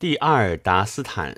第二达斯坦。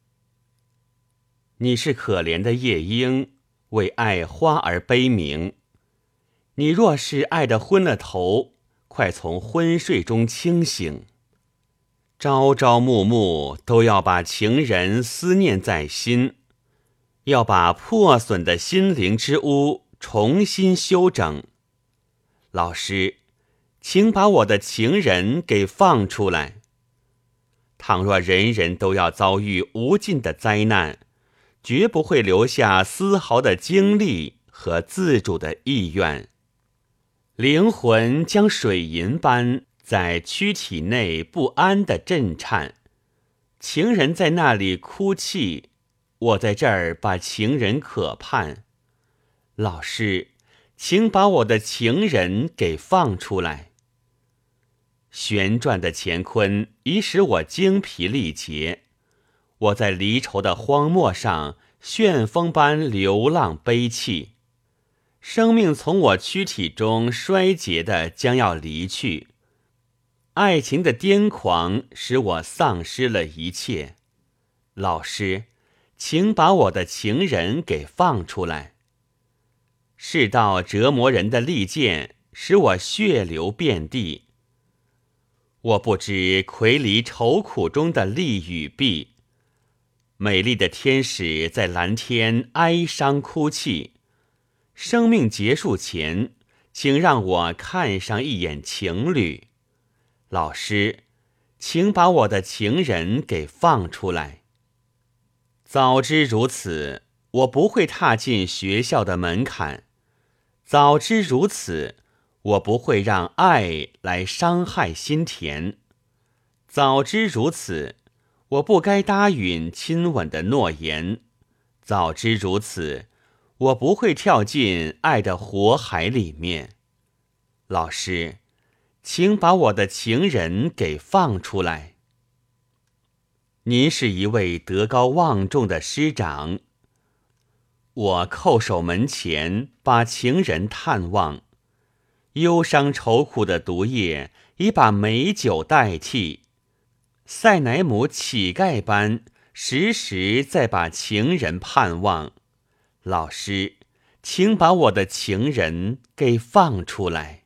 你是可怜的夜莺，为爱花而悲鸣。你若是爱得昏了头，快从昏睡中清醒。朝朝暮暮都要把情人思念在心，要把破损的心灵之屋重新修整。老师，请把我的情人给放出来。倘若人人都要遭遇无尽的灾难，绝不会留下丝毫的精力和自主的意愿。灵魂将水银般在躯体内不安地震颤，情人在那里哭泣，我在这儿把情人渴盼。老师，请把我的情人给放出来。旋转的乾坤已使我精疲力竭，我在离愁的荒漠上旋风般流浪悲泣，生命从我躯体中衰竭的将要离去，爱情的癫狂使我丧失了一切。老师，请把我的情人给放出来。世道折磨人的利剑使我血流遍地，我不知魁离愁苦中的利与弊。美丽的天使在蓝天哀伤哭泣，生命结束前，请让我看上一眼情侣。老师，请把我的情人给放出来。早知如此，我不会踏进学校的门槛；早知如此，我不会让爱来伤害心田；早知如此，我不该答允亲吻的诺言；早知如此，我不会跳进爱的火海里面。老师，请把我的情人给放出来。您是一位德高望重的师长，我叩首门前，把情人探望。忧伤愁苦的毒液已把美酒代替，塞乃姆乞丐般时时在把情人盼望。老师，请把我的情人给放出来。